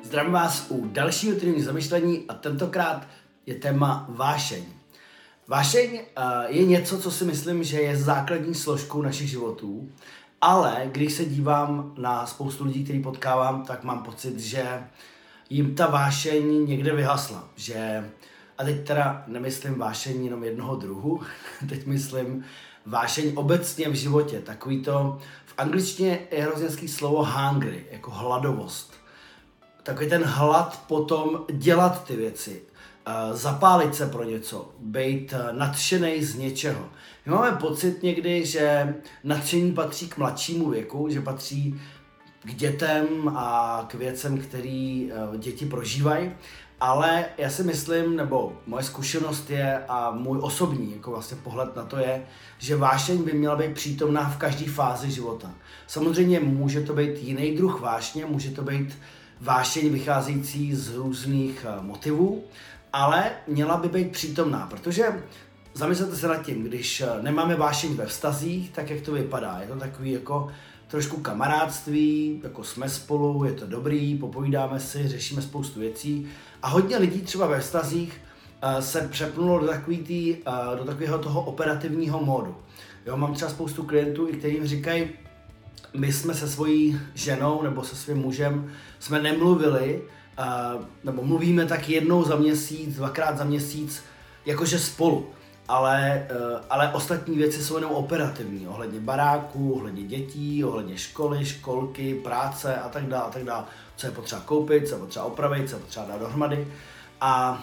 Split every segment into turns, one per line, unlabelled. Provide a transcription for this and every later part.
Zdravím vás u dalšího týdenního zamyšlení a tentokrát je téma vášeň. Vášeň je něco, co si myslím, že je základní složkou našich životů, ale když se dívám na spoustu lidí, který potkávám, tak mám pocit, že jim ta vášeň někde vyhasla. A teď teda nemyslím vášeň jenom jednoho druhu, teď myslím vášeň obecně v životě. Takový to, v angličtině je hrozně hezký slovo hungry, jako hladovost. Takový ten hlad potom dělat ty věci, zapálit se pro něco, být nadšenej z něčeho. My máme pocit někdy, že nadšení patří k mladšímu věku, že patří k dětem a k věcem, který děti prožívají, ale já si myslím, nebo moje zkušenost je a můj osobní jako vlastně pohled na to je, že vášeň by měla být přítomná v každé fázi života. Samozřejmě může to být jiný druh vášně, může to být vášeň vycházející z různých motivů, ale měla by být přítomná, protože zamyslete se nad tím, když nemáme vášeň ve vztazích, tak jak to vypadá. Je to takový jako trošku kamarádství, jako jsme spolu, je to dobrý, popovídáme si, řešíme spoustu věcí a hodně lidí třeba ve vztazích se přepnulo do takového toho operativního módu. Jo, mám třeba spoustu klientů, i kterým říkají, my jsme se svojí ženou nebo se svým mužem jsme nemluvili, nebo mluvíme tak jednou za měsíc, dvakrát za měsíc, jakože spolu. Ale ostatní věci jsou jenom operativní, ohledně baráku, ohledně dětí, ohledně školy, školky, práce a tak dále, co je potřeba koupit, co je potřeba opravit, co je potřeba dát dohromady. A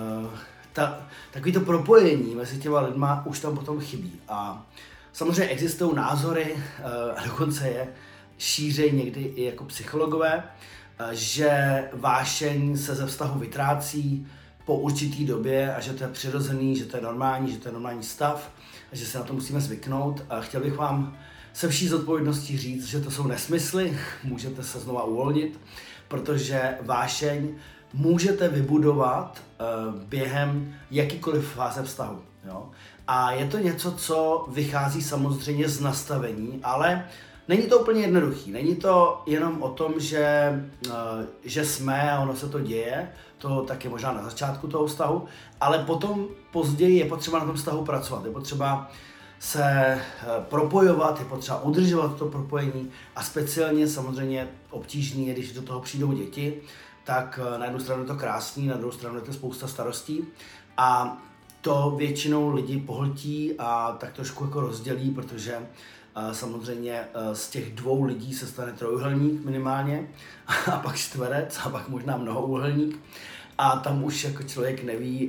takový to propojení mezi těma lidma už tam potom chybí. A samozřejmě existují názory, a dokonce je šířejí někdy i jako psychologové, že vášeň se ze vztahu vytrácí po určitý době a že to je přirozený, že to je normální stav a že se na to musíme zvyknout. A chtěl bych vám se vší zodpovědností říct, že to jsou nesmysly, můžete se znova uvolnit, protože vášeň můžete vybudovat během jakýkoliv fáze vztahu. Jo? A je to něco, co vychází samozřejmě z nastavení, ale není to úplně jednoduchý. Není to jenom o tom, že jsme a ono se to děje, to tak je možná na začátku toho vztahu, ale potom později je potřeba na tom vztahu pracovat, je potřeba se propojovat, je potřeba udržovat to propojení a speciálně samozřejmě obtížný je, když do toho přijdou děti, tak na jednu stranu je to krásný, na druhou stranu je to spousta starostí a to většinou lidi pohltí a tak trošku jako rozdělí, protože samozřejmě z těch dvou lidí se stane trojúhelník minimálně a pak čtverec a pak možná mnohoúhelník a tam už jako člověk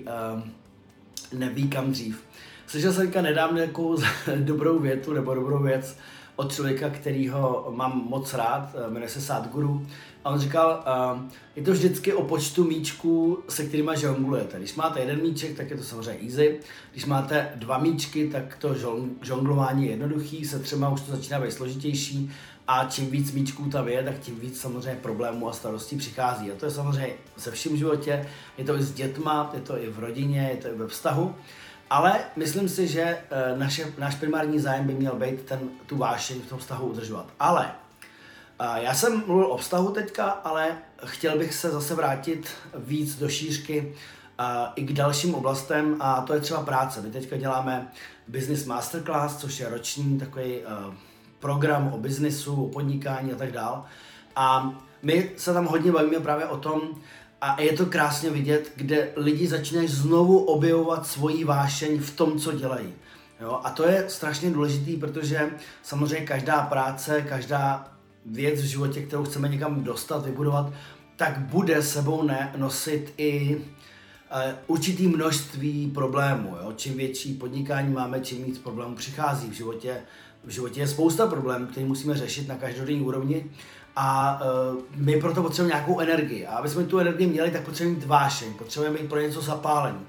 neví kam dřív. Slyšel jsem nedávno nějakou dobrou větu nebo dobrou věc od člověka, kterýho mám moc rád, jmenuje se Sadhguru. A on říkal, je to vždycky o počtu míčků, se kterýma žonglujete. Když máte jeden míček, tak je to samozřejmě easy. Když máte dva míčky, tak to žonglování je jednoduchý, se třema už to začíná být složitější a čím víc míčků tam je, tak tím víc samozřejmě problémů a starostí přichází. A to je samozřejmě se vším v životě, je to i s dětma, je to i v rodině, je to i ve vztahu. Ale myslím si, že náš primární zájem by měl být tu vášeň v tom vztahu udržovat. Ale já jsem mluvil o vztahu teďka, ale chtěl bych se zase vrátit víc do šířky i k dalším oblastem a to je třeba práce. My teďka děláme Business Masterclass, což je roční takový program o biznisu, o podnikání a tak dál. A my se tam hodně bavíme právě o tom, a je to krásně vidět, kde lidi začínají znovu objevovat svoji vášeň v tom, co dělají. Jo? A to je strašně důležitý, protože samozřejmě každá práce, každá věc v životě, kterou chceme někam dostat, vybudovat, tak bude sebou nosit i určitý množství problémů. Jo? Čím větší podnikání máme, čím víc problémů přichází v životě. V životě je spousta problémů, které musíme řešit na každodenní úrovni a my proto potřebujeme nějakou energii. A aby jsme tu energii měli, tak potřebujeme mít vášeň, potřebujeme mít pro něco zapálení.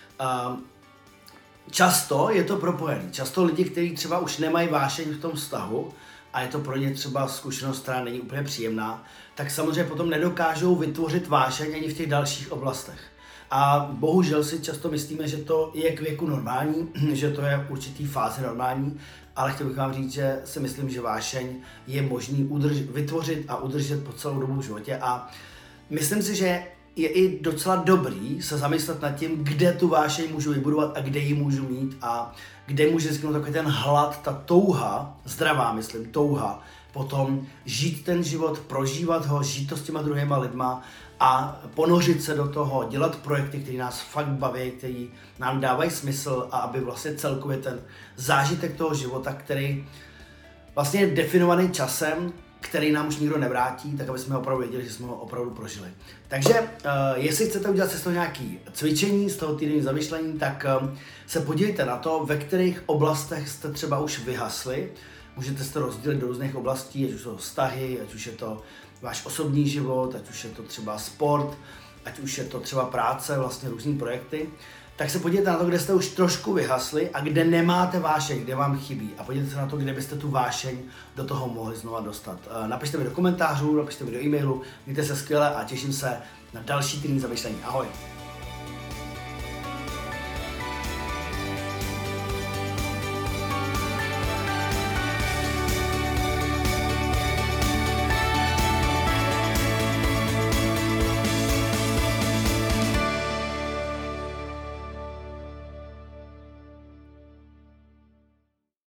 Často je to propojené. Často lidi, kteří třeba už nemají vášeň v tom vztahu a je to pro ně třeba zkušenost, která není úplně příjemná, tak samozřejmě potom nedokážou vytvořit vášeň ani v těch dalších oblastech. A bohužel si často myslíme, že to je k věku normální, že to je v určitý fázi normální, ale chtěl bych vám říct, že si myslím, že vášeň je možný vytvořit a udržet po celou dobu v životě a myslím si, že je i docela dobrý se zamyslet nad tím, kde tu vášeň můžu vybudovat a kde ji můžu mít a kde může vzniknout takový ten hlad, ta touha, zdravá myslím, touha, potom žít ten život, prožívat ho, žít to s těma druhýma lidma a ponořit se do toho, dělat projekty, které nás fakt baví, které nám dávají smysl a aby vlastně celkově ten zážitek toho života, který vlastně je definovaný časem, který nám už nikdo nevrátí, tak aby jsme opravdu věděli, že jsme ho opravdu prožili. Takže jestli chcete udělat se z toho nějaké cvičení, z toho týdenní zamyšlení, tak se podívejte na to, ve kterých oblastech jste třeba už vyhasli. Můžete se to rozdělit do různých oblastí, ať už jsou vztahy, ať už je to váš osobní život, ať už je to třeba sport, ať už je to třeba práce, vlastně různý projekty. Tak se podívejte na to, kde jste už trošku vyhasli a kde nemáte vášeň, kde vám chybí. A podívejte se na to, kde byste tu vášeň do toho mohli znova dostat. Napište mi do komentářů, napište mi do e-mailu, mějte se skvěle a těším se na další týdenní zamyšlení. Ahoj!